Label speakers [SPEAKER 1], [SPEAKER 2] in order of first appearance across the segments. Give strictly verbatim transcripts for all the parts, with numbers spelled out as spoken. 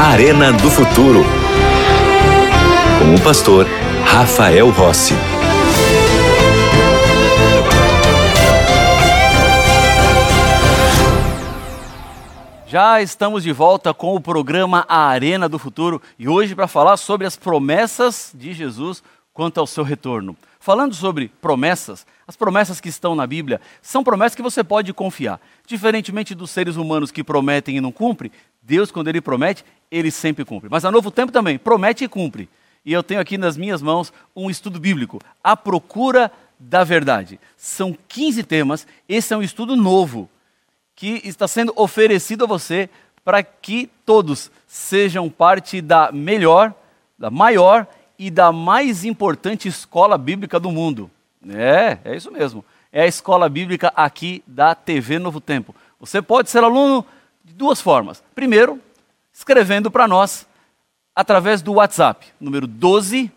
[SPEAKER 1] Arena do Futuro, com o pastor Rafael Rossi.
[SPEAKER 2] Já estamos de volta com o programa A Arena do Futuro e hoje para falar sobre as promessas de Jesus quanto ao seu retorno. Falando sobre promessas, as promessas que estão na Bíblia são promessas que você pode confiar. Diferentemente dos seres humanos que prometem e não cumprem, Deus, quando Ele promete, Ele sempre cumpre. Mas a Novo Tempo também promete e cumpre. E eu tenho aqui nas minhas mãos um estudo bíblico, A Procura da Verdade. São quinze temas, esse é um estudo novo que está sendo oferecido a você para que todos sejam parte da melhor, da maior e da mais importante escola bíblica do mundo. É, é isso mesmo. É a escola bíblica aqui da T V Novo Tempo. Você pode ser aluno de duas formas. Primeiro, escrevendo para nós através do WhatsApp, número doze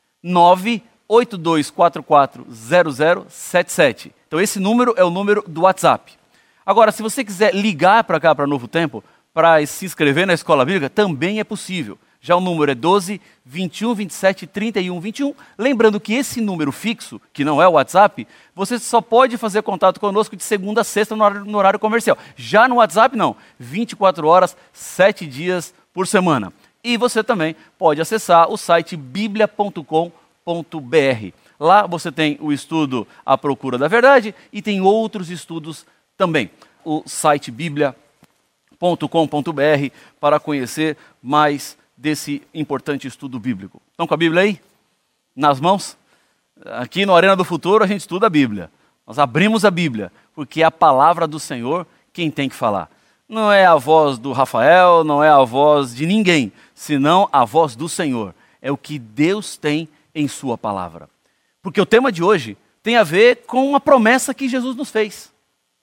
[SPEAKER 2] nove oito dois quatro quatro zero zero sete sete. Então esse número é o número do WhatsApp. Agora, se você quiser ligar para cá, para Novo Tempo, para se inscrever na escola bíblica, também é possível. Já o número é doze vinte e um vinte e sete trinta e um vinte e um. Lembrando que esse número fixo, que não é o WhatsApp, você só pode fazer contato conosco de segunda a sexta no horário, no horário comercial. Já no WhatsApp, não. vinte e quatro horas, sete dias por semana. E você também pode acessar o site biblia ponto com ponto b r. Lá você tem o estudo A Procura da Verdade e tem outros estudos também. O site biblia ponto com ponto b r para conhecer mais desse importante estudo bíblico. Estão com a Bíblia aí? Nas mãos? Aqui no Arena do Futuro a gente estuda a Bíblia. Nós abrimos a Bíblia, porque é a palavra do Senhor quem tem que falar. Não é a voz do Rafael, não é a voz de ninguém, senão a voz do Senhor. É o que Deus tem em sua palavra. Porque o tema de hoje tem a ver com uma promessa que Jesus nos fez.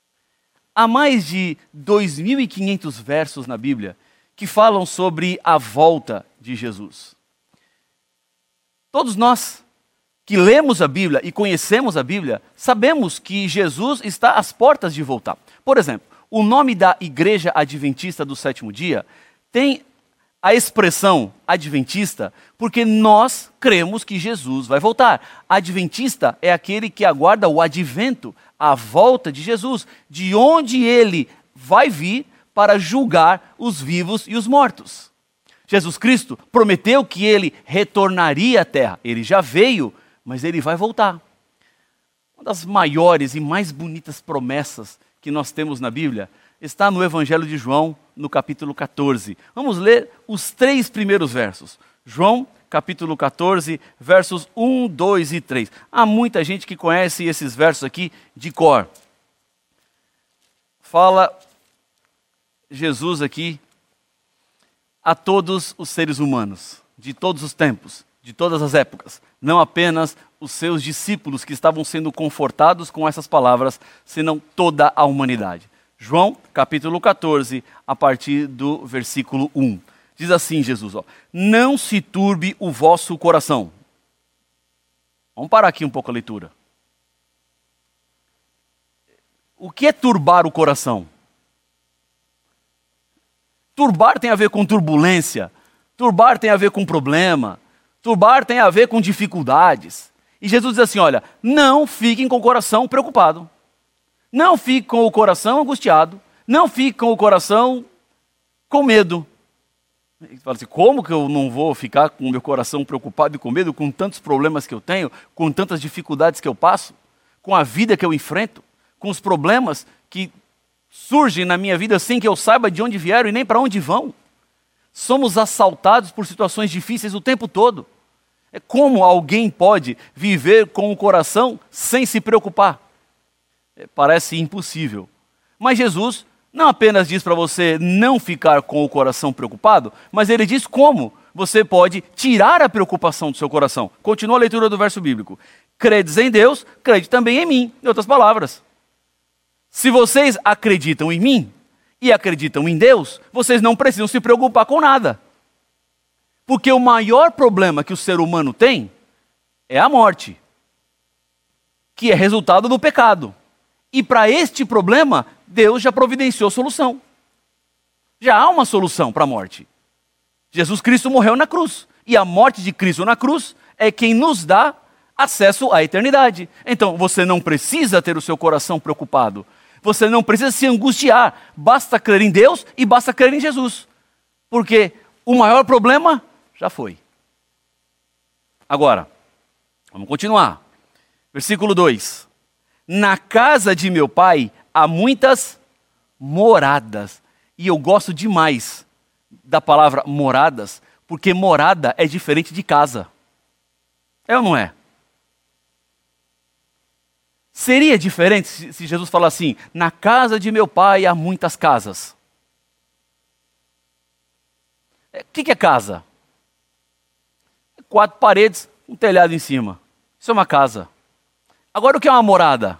[SPEAKER 2] Há mais de dois mil e quinhentos versos na Bíblia que falam sobre a volta de Jesus. Todos nós que lemos a Bíblia e conhecemos a Bíblia, sabemos que Jesus está às portas de voltar. Por exemplo, o nome da Igreja Adventista do Sétimo Dia tem a expressão adventista porque nós cremos que Jesus vai voltar. Adventista é aquele que aguarda o advento, a volta de Jesus, de onde ele vai vir para julgar os vivos e os mortos. Jesus Cristo prometeu que ele retornaria à terra. Ele já veio, mas ele vai voltar. Uma das maiores e mais bonitas promessas que nós temos na Bíblia está no Evangelho de João, no capítulo catorze. Vamos ler os três primeiros versos. João, capítulo catorze, versos um, dois e três. Há muita gente que conhece esses versos aqui de cor. Fala Jesus aqui a todos os seres humanos, de todos os tempos, de todas as épocas. Não apenas os seus discípulos que estavam sendo confortados com essas palavras, senão toda a humanidade. João, capítulo catorze, a partir do versículo um. Diz assim Jesus, ó, não se turbe o vosso coração. Vamos parar aqui um pouco a leitura. O que é turbar o coração? Turbar tem a ver com turbulência, turbar tem a ver com problema, turbar tem a ver com dificuldades. E Jesus diz assim, olha, não fiquem com o coração preocupado, não fiquem com o coração angustiado, não fiquem com o coração com medo. Ele fala assim, como que eu não vou ficar com o meu coração preocupado e com medo, com tantos problemas que eu tenho, com tantas dificuldades que eu passo, com a vida que eu enfrento, com os problemas que surgem na minha vida sem que eu saiba de onde vieram e nem para onde vão. Somos assaltados por situações difíceis o tempo todo. É como alguém pode viver com o coração sem se preocupar? É, parece impossível. Mas Jesus não apenas diz para você não ficar com o coração preocupado, mas ele diz como você pode tirar a preocupação do seu coração. Continua a leitura do verso bíblico. Credes em Deus, crede também em mim. Em outras palavras, se vocês acreditam em mim e acreditam em Deus, vocês não precisam se preocupar com nada. Porque o maior problema que o ser humano tem é a morte, que é resultado do pecado. E para este problema, Deus já providenciou solução. Já há uma solução para a morte. Jesus Cristo morreu na cruz. E a morte de Cristo na cruz é quem nos dá acesso à eternidade. Então, você não precisa ter o seu coração preocupado. Você não precisa se angustiar. Basta crer em Deus e basta crer em Jesus. Porque o maior problema já foi. Agora, vamos continuar. Versículo dois. Na casa de meu pai há muitas moradas. E eu gosto demais da palavra moradas, porque morada é diferente de casa. É ou não é? Seria diferente se Jesus falar assim, na casa de meu pai há muitas casas. O que, que é casa? Quatro paredes, um telhado em cima. Isso é uma casa. Agora o que é uma morada?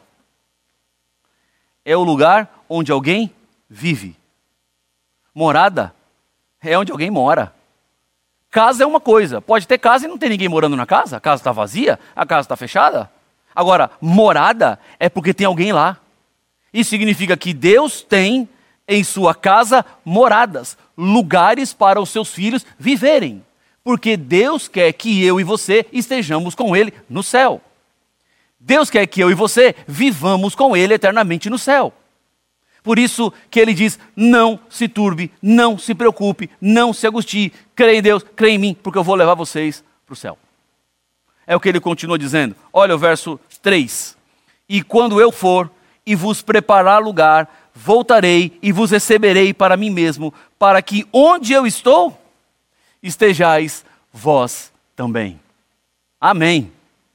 [SPEAKER 2] É o lugar onde alguém vive. Morada é onde alguém mora. Casa é uma coisa. Pode ter casa e não ter ninguém morando na casa. A casa está vazia, a casa está fechada. Agora, morada é porque tem alguém lá. Isso significa que Deus tem em sua casa moradas, lugares para os seus filhos viverem. Porque Deus quer que eu e você estejamos com Ele no céu. Deus quer que eu e você vivamos com Ele eternamente no céu. Por isso que Ele diz, não se turbe, não se preocupe, não se angustie, crê em Deus, crê em mim, porque eu vou levar vocês para o céu. É o que Ele continua dizendo. Olha o verso três. E quando eu for e vos preparar lugar, voltarei e vos receberei para mim mesmo, para que onde eu estou, estejais vós também. Amém.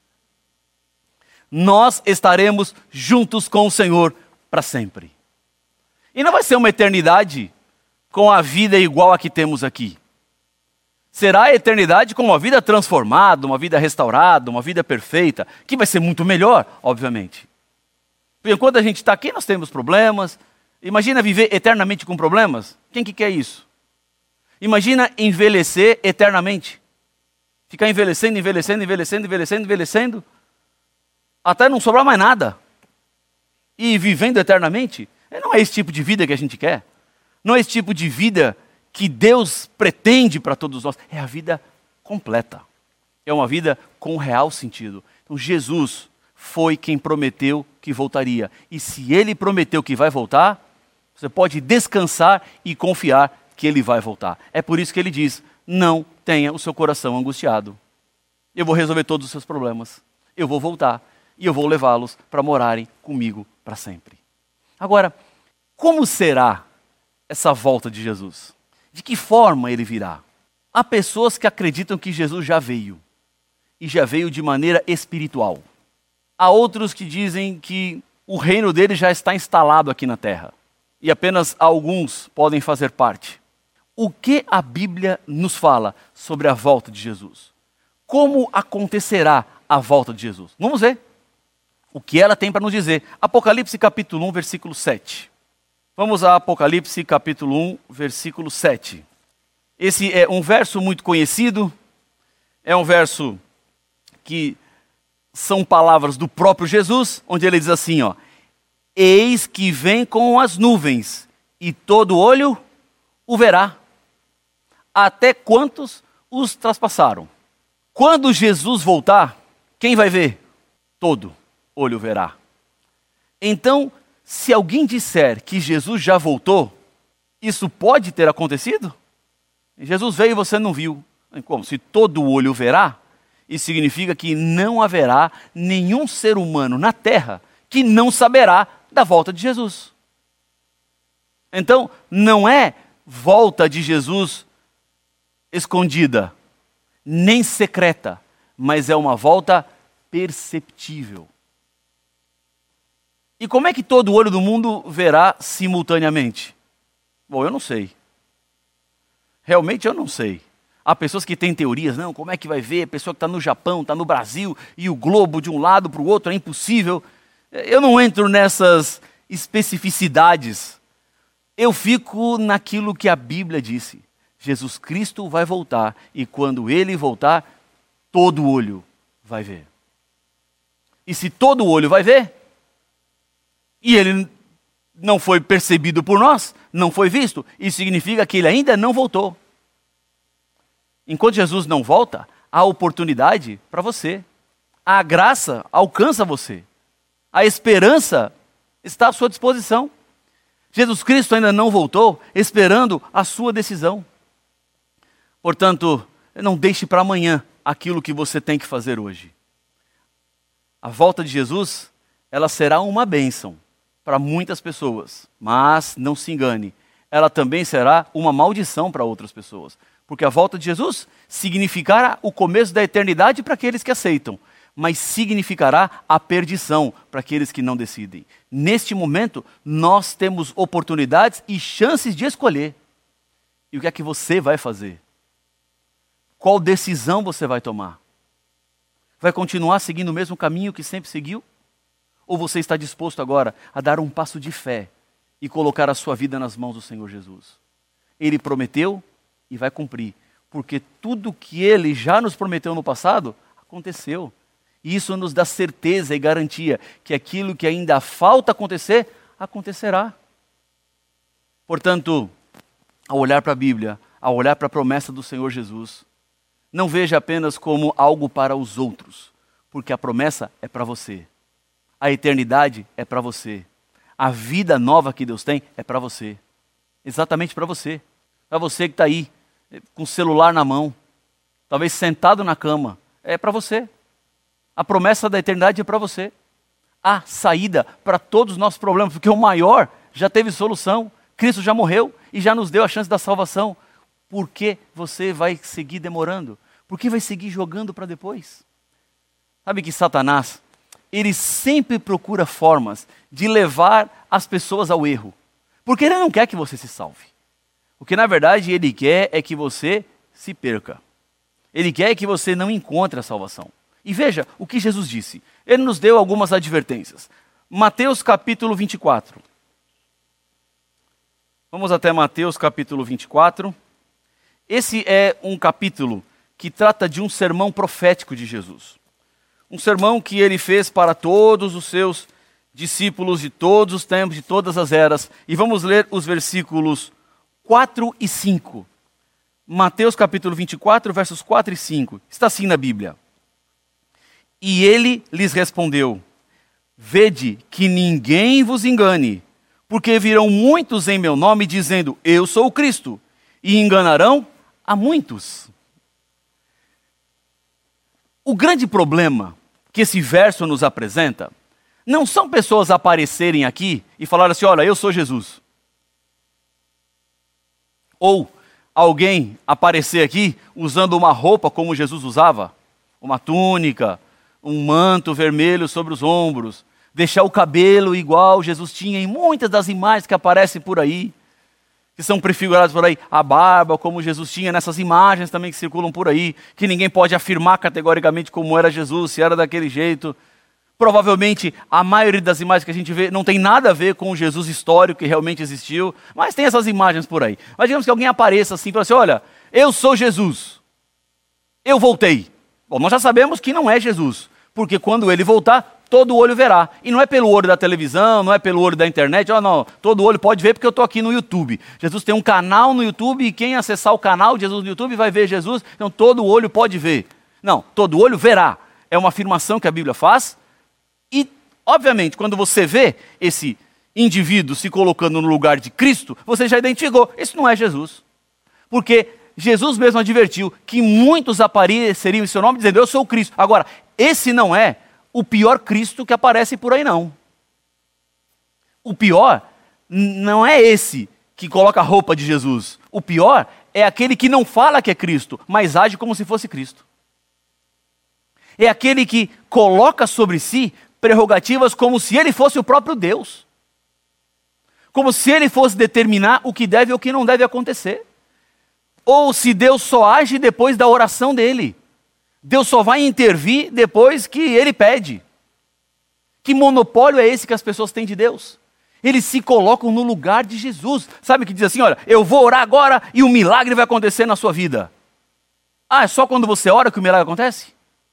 [SPEAKER 2] Nós estaremos juntos com o Senhor para sempre. E não vai ser uma eternidade com a vida igual a que temos aqui. Será a eternidade com uma vida transformada, uma vida restaurada, uma vida perfeita, que vai ser muito melhor, obviamente. Porque enquanto a gente está aqui, nós temos problemas. Imagina viver eternamente com problemas. Quem que quer isso? Imagina envelhecer eternamente. Ficar envelhecendo, envelhecendo, envelhecendo, envelhecendo, envelhecendo, até não sobrar mais nada. E vivendo eternamente. Não é esse tipo de vida que a gente quer. Não é esse tipo de vida que Deus pretende para todos nós. É a vida completa. É uma vida com real sentido. Então Jesus foi quem prometeu que voltaria. E se Ele prometeu que vai voltar, você pode descansar e confiar que Ele vai voltar. É por isso que Ele diz, não tenha o seu coração angustiado. Eu vou resolver todos os seus problemas. Eu vou voltar e eu vou levá-los para morarem comigo para sempre. Agora, como será essa volta de Jesus? De que forma Ele virá? Há pessoas que acreditam que Jesus já veio. E já veio de maneira espiritual. Há outros que dizem que o reino dele já está instalado aqui na terra. E apenas alguns podem fazer parte. O que a Bíblia nos fala sobre a volta de Jesus? Como acontecerá a volta de Jesus? Vamos ver o que ela tem para nos dizer. Apocalipse capítulo um, versículo sete. Vamos a Apocalipse capítulo um, versículo sete. Esse é um verso muito conhecido. É um verso que são palavras do próprio Jesus, onde ele diz assim, ó. Eis que vem com as nuvens, e todo olho o verá. Até quantos os traspassaram. Quando Jesus voltar, quem vai ver? Todo olho verá. Então, se alguém disser que Jesus já voltou, isso pode ter acontecido? Jesus veio e você não viu. Como? Se todo olho verá, isso significa que não haverá nenhum ser humano na terra que não saberá da volta de Jesus. Então, não é volta de Jesus escondida, nem secreta, mas é uma volta perceptível. E como é que todo olho do mundo verá simultaneamente? Bom, eu não sei. Realmente eu não sei. Há pessoas que têm teorias, não, como é que vai ver? A pessoa que está no Japão, está no Brasil, e o globo de um lado para o outro é impossível. Eu não entro nessas especificidades. Eu fico naquilo que a Bíblia disse. Jesus Cristo vai voltar, e quando Ele voltar, todo olho vai ver. E se todo olho vai ver, e Ele não foi percebido por nós, não foi visto, isso significa que Ele ainda não voltou. Enquanto Jesus não volta, há oportunidade para você. A graça alcança você. A esperança está à sua disposição. Jesus Cristo ainda não voltou, esperando a sua decisão. Portanto, não deixe para amanhã aquilo que você tem que fazer hoje. A volta de Jesus, ela será uma bênção para muitas pessoas, mas não se engane, ela também será uma maldição para outras pessoas. Porque a volta de Jesus significará o começo da eternidade para aqueles que aceitam, mas significará a perdição para aqueles que não decidem. Neste momento, nós temos oportunidades e chances de escolher. E o que é que você vai fazer? Qual decisão você vai tomar? Vai continuar seguindo o mesmo caminho que sempre seguiu? Ou você está disposto agora a dar um passo de fé e colocar a sua vida nas mãos do Senhor Jesus? Ele prometeu e vai cumprir, porque tudo que Ele já nos prometeu no passado, aconteceu. E isso nos dá certeza e garantia que aquilo que ainda falta acontecer, acontecerá. Portanto, ao olhar para a Bíblia, ao olhar para a promessa do Senhor Jesus, não veja apenas como algo para os outros, porque a promessa é para você. A eternidade é para você. A vida nova que Deus tem é para você. Exatamente para você. Para você que está aí, com o celular na mão, talvez sentado na cama, é para você. A promessa da eternidade é para você. Há saída para todos os nossos problemas, porque o maior já teve solução. Cristo já morreu e já nos deu a chance da salvação. Por que você vai seguir demorando? Por que vai seguir jogando para depois? Sabe que Satanás, ele sempre procura formas de levar as pessoas ao erro. Porque ele não quer que você se salve. O que na verdade ele quer é que você se perca. Ele quer que você não encontre a salvação. E veja o que Jesus disse. Ele nos deu algumas advertências. Mateus capítulo vinte e quatro. Vamos até Mateus capítulo vinte e quatro. Esse é um capítulo que trata de um sermão profético de Jesus. Um sermão que ele fez para todos os seus discípulos de todos os tempos, de todas as eras. E vamos ler os versículos quatro e cinco. Mateus capítulo vinte e quatro, versos quatro e cinco. Está assim na Bíblia. E ele lhes respondeu: vede que ninguém vos engane, porque virão muitos em meu nome dizendo, eu sou o Cristo, e enganarão a muitos. O grande problema que esse verso nos apresenta não são pessoas aparecerem aqui e falar assim, olha, eu sou Jesus. Ou alguém aparecer aqui usando uma roupa como Jesus usava, uma túnica, um manto vermelho sobre os ombros, deixar o cabelo igual Jesus tinha em muitas das imagens que aparecem por aí, que são prefiguradas por aí, a barba como Jesus tinha nessas imagens também que circulam por aí, que ninguém pode afirmar categoricamente como era Jesus, se era daquele jeito. Provavelmente a maioria das imagens que a gente vê não tem nada a ver com o Jesus histórico que realmente existiu, mas tem essas imagens por aí. Mas digamos que alguém apareça assim e fala assim, olha, eu sou Jesus, eu voltei. Bom, nós já sabemos que não é Jesus, porque quando ele voltar, todo olho verá. E não é pelo olho da televisão, não é pelo olho da internet, oh, não, todo olho pode ver porque eu estou aqui no YouTube. Jesus tem um canal no YouTube e quem acessar o canal de Jesus no YouTube vai ver Jesus, então todo olho pode ver. Não, todo olho verá. É uma afirmação que a Bíblia faz e, obviamente, quando você vê esse indivíduo se colocando no lugar de Cristo, você já identificou, isso não é Jesus. Porque Jesus mesmo advertiu que muitos apareceriam em seu nome dizendo, eu sou o Cristo. Agora, esse não é o pior Cristo que aparece por aí, não. O pior não é esse que coloca a roupa de Jesus. O pior é aquele que não fala que é Cristo, mas age como se fosse Cristo. É aquele que coloca sobre si prerrogativas como se ele fosse o próprio Deus. Como se ele fosse determinar o que deve ou o que não deve acontecer. Ou se Deus só age depois da oração dele. Deus só vai intervir depois que ele pede. Que monopólio é esse que as pessoas têm de Deus? Eles se colocam no lugar de Jesus. Sabe que diz assim, olha, eu vou orar agora e um milagre vai acontecer na sua vida. Ah, é só quando você ora que o milagre acontece?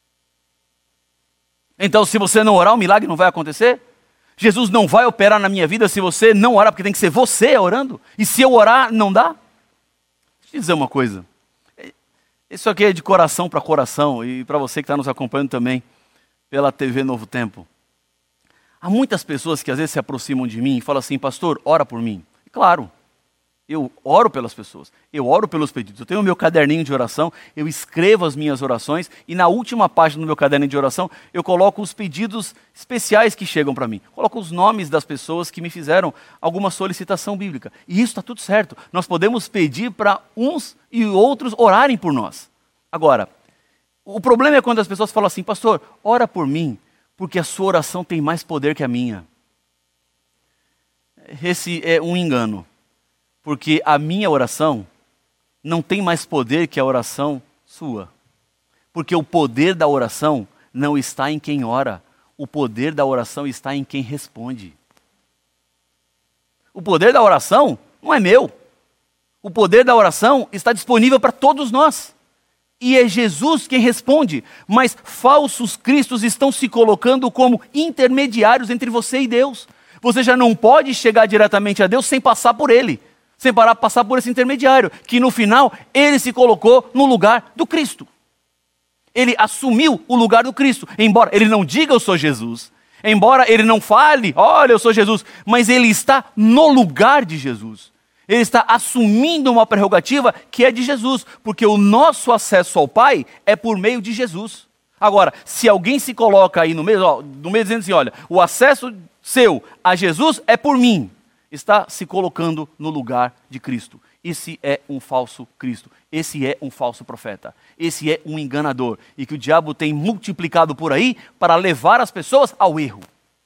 [SPEAKER 2] Então se você não orar, o milagre não vai acontecer? Jesus não vai operar na minha vida se você não orar, porque tem que ser você orando. E se eu orar, não dá? Deixa eu te dizer uma coisa. Isso aqui é de coração para coração e para você que está nos acompanhando também pela T V Novo Tempo. Há muitas pessoas que às vezes se aproximam de mim e falam assim, pastor, ora por mim. E claro, eu oro pelas pessoas, eu oro pelos pedidos. Eu tenho o meu caderninho de oração, eu escrevo as minhas orações e na última página do meu caderninho de oração eu coloco os pedidos especiais que chegam para mim. Coloco os nomes das pessoas que me fizeram alguma solicitação bíblica. E isso está tudo certo. Nós podemos pedir para uns e outros orarem por nós. Agora, o problema é quando as pessoas falam assim, pastor, ora por mim, porque a sua oração tem mais poder que a minha. Esse é um engano. Porque a minha oração não tem mais poder que a oração sua. Porque o poder da oração não está em quem ora. O poder da oração está em quem responde. O poder da oração não é meu. O poder da oração está disponível para todos nós. E é Jesus quem responde. Mas falsos cristos estão se colocando como intermediários entre você e Deus. Você já não pode chegar diretamente a Deus sem passar por Ele. Sem parar passar por esse intermediário, que no final ele se colocou no lugar do Cristo. Ele assumiu o lugar do Cristo, embora ele não diga eu sou Jesus, embora ele não fale, olha eu sou Jesus, mas ele está no lugar de Jesus. Ele está assumindo uma prerrogativa que é de Jesus, porque o nosso acesso ao Pai é por meio de Jesus. Agora, se alguém se coloca aí no meio, ó, no meio dizendo assim, olha, o acesso seu a Jesus é por mim, está se colocando no lugar de Cristo. Esse é um falso Cristo. Esse é um falso profeta. Esse é um enganador. E que o diabo tem multiplicado por aí para levar as pessoas ao erro.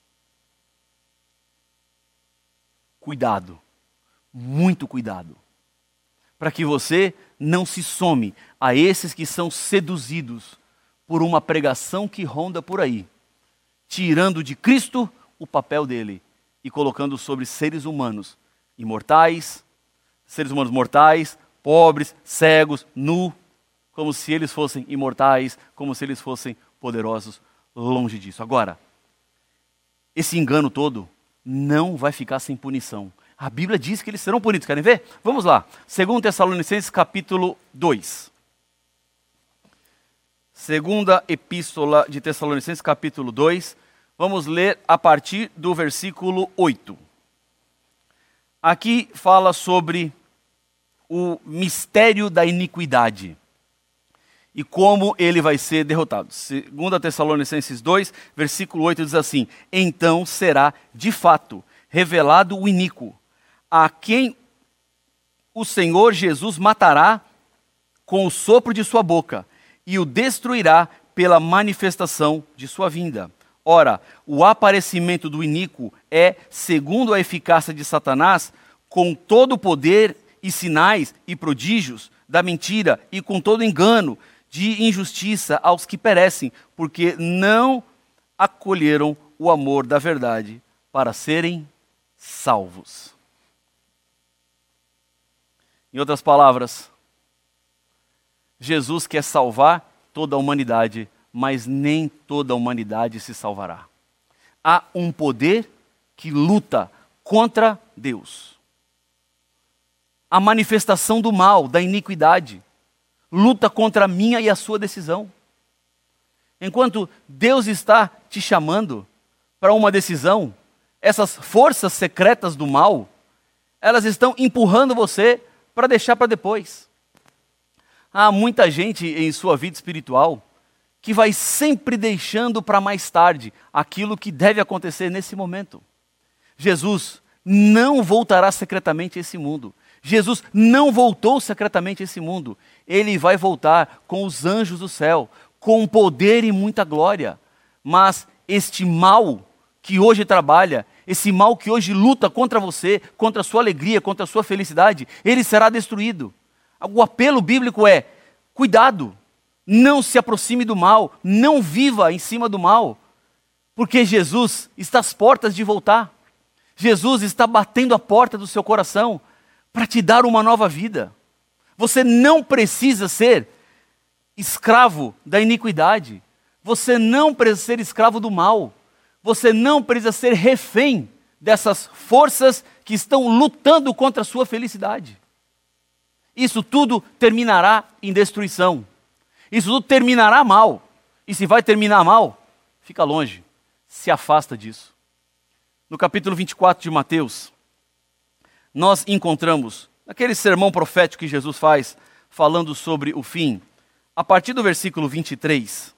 [SPEAKER 2] Cuidado. Muito cuidado. Para que você não se some a esses que são seduzidos por uma pregação que ronda por aí, tirando de Cristo o papel dele e colocando sobre seres humanos imortais, seres humanos mortais, pobres, cegos, nu, como se eles fossem imortais, como se eles fossem poderosos, longe disso. Agora, esse engano todo não vai ficar sem punição. A Bíblia diz que eles serão punidos. Querem ver? Vamos lá. Segundo Tessalonicenses capítulo dois. Segunda Epístola de Tessalonicenses capítulo dois. Vamos ler a partir do versículo oito. Aqui fala sobre o mistério da iniquidade e como ele vai ser derrotado. Segunda Tessalonicenses dois, versículo oito diz assim: então será de fato revelado o iníquo, a quem o Senhor Jesus matará com o sopro de sua boca e o destruirá pela manifestação de sua vinda. Ora, o aparecimento do iníquo é, segundo a eficácia de Satanás, com todo o poder e sinais e prodígios da mentira e com todo engano de injustiça aos que perecem, porque não acolheram o amor da verdade para serem salvos. Em outras palavras, Jesus quer salvar toda a humanidade, mas nem toda a humanidade se salvará. Há um poder que luta contra Deus. A manifestação do mal, da iniquidade, luta contra a minha e a sua decisão. Enquanto Deus está te chamando para uma decisão, essas forças secretas do mal, elas estão empurrando você para deixar para depois. Há muita gente em sua vida espiritual que vai sempre deixando para mais tarde aquilo que deve acontecer nesse momento. Jesus não voltará secretamente a esse mundo. Jesus não voltou secretamente a esse mundo. Ele vai voltar com os anjos do céu, com poder e muita glória. Mas este mal que hoje trabalha, esse mal que hoje luta contra você, contra a sua alegria, contra a sua felicidade, ele será destruído. O apelo bíblico é: cuidado, não se aproxime do mal, não viva em cima do mal, porque Jesus está às portas de voltar. Jesus está batendo a porta do seu coração para te dar uma nova vida. Você não precisa ser escravo da iniquidade. Você não precisa ser escravo do mal. Você não precisa ser refém dessas forças que estão lutando contra a sua felicidade. Isso tudo terminará em destruição. Isso tudo terminará mal. E se vai terminar mal, fica longe, se afasta disso. No capítulo vinte e quatro de Mateus, nós encontramos aquele sermão profético que Jesus faz, falando sobre o fim, a partir do versículo vinte e três.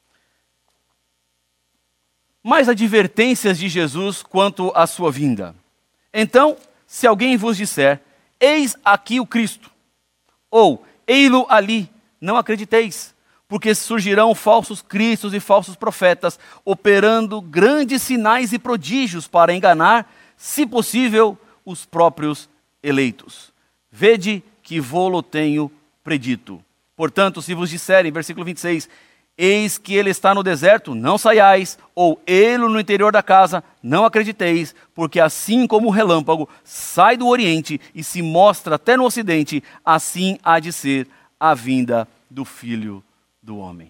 [SPEAKER 2] Mais advertências de Jesus quanto à sua vinda. Então, se alguém vos disser, eis aqui o Cristo, ou ei-lo ali, não acrediteis, porque surgirão falsos cristos e falsos profetas, operando grandes sinais e prodígios para enganar, se possível, os próprios eleitos. Vede que vô-lo tenho predito. Portanto, se vos disserem, versículo vinte e seis, eis que ele está no deserto, não saiais, ou ele no interior da casa, não acrediteis, porque assim como o relâmpago sai do oriente e se mostra até no ocidente, assim há de ser a vinda do Filho do Homem.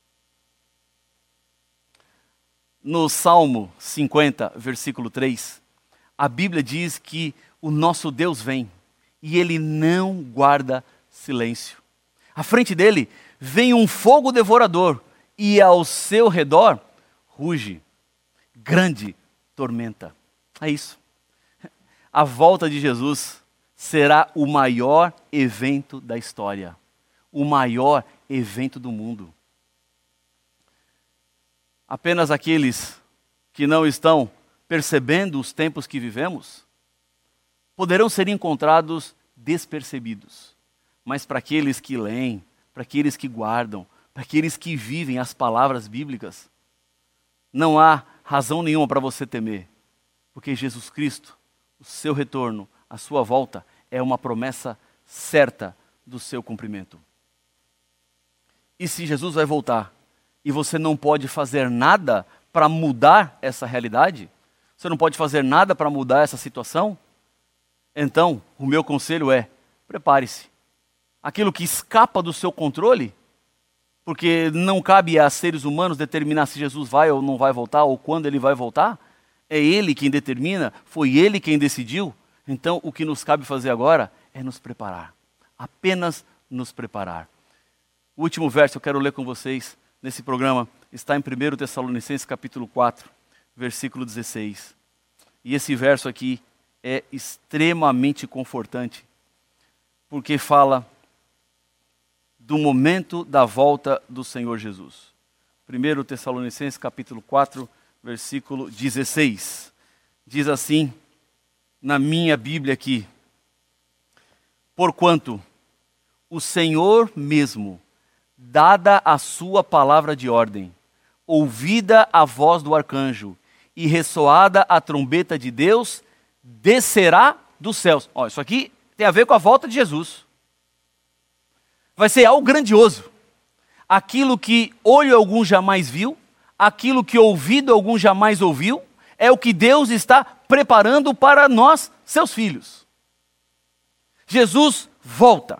[SPEAKER 2] No Salmo cinquenta, versículo três, a Bíblia diz que o nosso Deus vem e ele não guarda silêncio. À frente dele vem um fogo devorador e ao seu redor ruge grande tormenta. É isso. A volta de Jesus será o maior evento da história, o maior evento do mundo. Apenas aqueles que não estão percebendo os tempos que vivemos poderão ser encontrados despercebidos. Mas para aqueles que leem, para aqueles que guardam, para aqueles que vivem as palavras bíblicas, não há razão nenhuma para você temer, porque Jesus Cristo, o seu retorno, a sua volta, é uma promessa certa do seu cumprimento. E se Jesus vai voltar e você não pode fazer nada para mudar essa realidade, você não pode fazer nada para mudar essa situação, então o meu conselho é, prepare-se. Aquilo que escapa do seu controle, porque não cabe a seres humanos determinar se Jesus vai ou não vai voltar, ou quando ele vai voltar, é ele quem determina, foi ele quem decidiu. Então o que nos cabe fazer agora é nos preparar, apenas nos preparar. O último verso que eu quero ler com vocês nesse programa está em primeiro Tessalonicenses capítulo quatro, versículo dezesseis. E esse verso aqui é extremamente confortante, porque fala do momento da volta do Senhor Jesus. primeiro Tessalonicenses capítulo quatro, versículo dezesseis. Diz assim, na minha Bíblia aqui, porquanto o Senhor mesmo, dada a sua palavra de ordem, ouvida a voz do arcanjo e ressoada a trombeta de Deus, descerá dos céus. Ó, isso aqui tem a ver com a volta de Jesus. Vai ser algo grandioso. Aquilo que olho algum jamais viu, aquilo que ouvido algum jamais ouviu, é o que Deus está preparando para nós, seus filhos. Jesus volta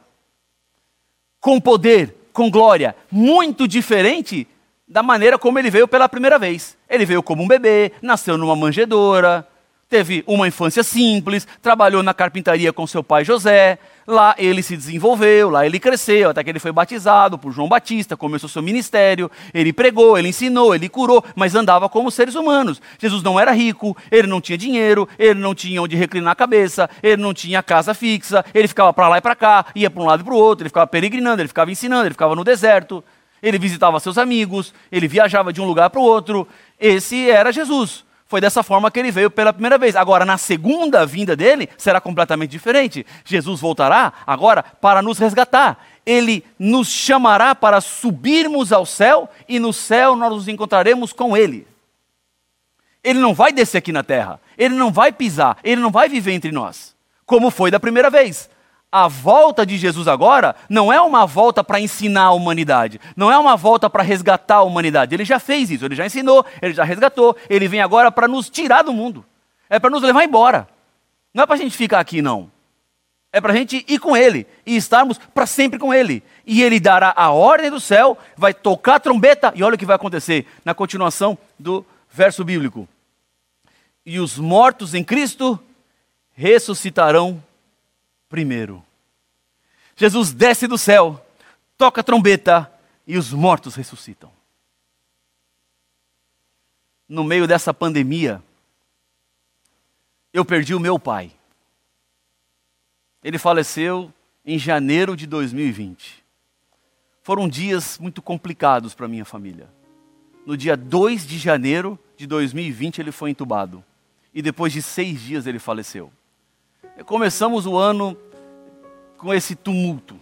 [SPEAKER 2] com poder, com glória, muito diferente da maneira como ele veio pela primeira vez. Ele veio como um bebê, nasceu numa manjedoura, teve uma infância simples, trabalhou na carpintaria com seu pai José, lá ele se desenvolveu, lá ele cresceu, até que ele foi batizado por João Batista, começou seu ministério, ele pregou, ele ensinou, ele curou, mas andava como seres humanos. Jesus não era rico, ele não tinha dinheiro, ele não tinha onde reclinar a cabeça, ele não tinha casa fixa, ele ficava para lá e para cá, ia para um lado e para o outro, ele ficava peregrinando, ele ficava ensinando, ele ficava no deserto, ele visitava seus amigos, ele viajava de um lugar para o outro. Esse era Jesus. Foi dessa forma que ele veio pela primeira vez. Agora, na segunda vinda dele, será completamente diferente. Jesus voltará agora para nos resgatar. Ele nos chamará para subirmos ao céu e no céu nós nos encontraremos com ele. Ele não vai descer aqui na terra. Ele não vai pisar. Ele não vai viver entre nós, como foi da primeira vez. A volta de Jesus agora não é uma volta para ensinar a humanidade, não é uma volta para resgatar a humanidade. Ele já fez isso, ele já ensinou, ele já resgatou, ele vem agora para nos tirar do mundo. É para nos levar embora. Não é para a gente ficar aqui, não. É para a gente ir com ele e estarmos para sempre com ele. E ele dará a ordem do céu, vai tocar a trombeta e olha o que vai acontecer na continuação do verso bíblico. E os mortos em Cristo ressuscitarão primeiro. Jesus desce do céu, toca a trombeta, e os mortos ressuscitam. No meio dessa pandemia, eu perdi o meu pai. Ele faleceu em janeiro de dois mil e vinte. Foram dias muito complicados para minha família. No dia dois de janeiro de dois mil e vinte ele foi entubado. E depois de seis dias ele faleceu. E começamos o ano com esse tumulto.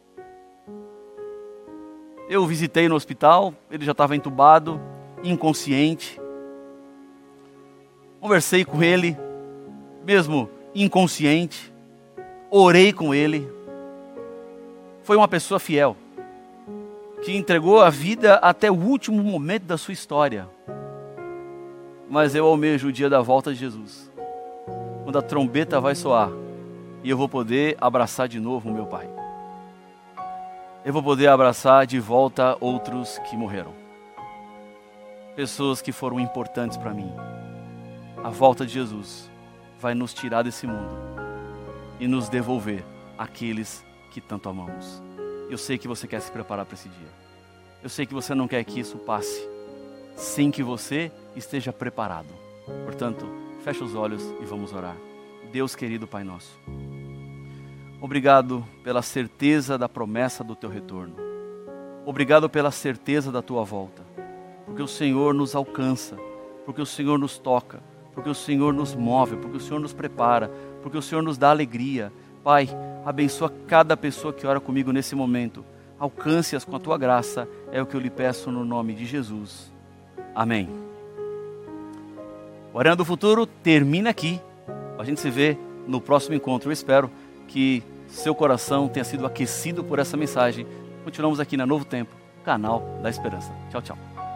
[SPEAKER 2] Eu o visitei no hospital, ele já estava entubado, inconsciente. Conversei com ele, mesmo inconsciente. Orei com ele. Foi uma pessoa fiel, que entregou a vida até o último momento da sua história. Mas eu almejo o dia da volta de Jesus, quando a trombeta vai soar, e eu vou poder abraçar de novo o meu pai. Eu vou poder abraçar de volta outros que morreram. Pessoas que foram importantes para mim. A volta de Jesus vai nos tirar desse mundo e nos devolver aqueles que tanto amamos. Eu sei que você quer se preparar para esse dia. Eu sei que você não quer que isso passe sem que você esteja preparado. Portanto, fecha os olhos e vamos orar. Deus querido Pai nosso, obrigado pela certeza da promessa do teu retorno. Obrigado pela certeza da tua volta. Porque o Senhor nos alcança, porque o Senhor nos toca, porque o Senhor nos move, porque o Senhor nos prepara, porque o Senhor nos dá alegria. Pai, abençoa cada pessoa que ora comigo nesse momento. Alcance-as com a tua graça, é o que eu lhe peço no nome de Jesus. Amém. O Arena do Futuro termina aqui. A gente se vê no próximo encontro. Eu espero que seu coração tenha sido aquecido por essa mensagem. Continuamos aqui na Novo Tempo, canal da Esperança. Tchau, tchau.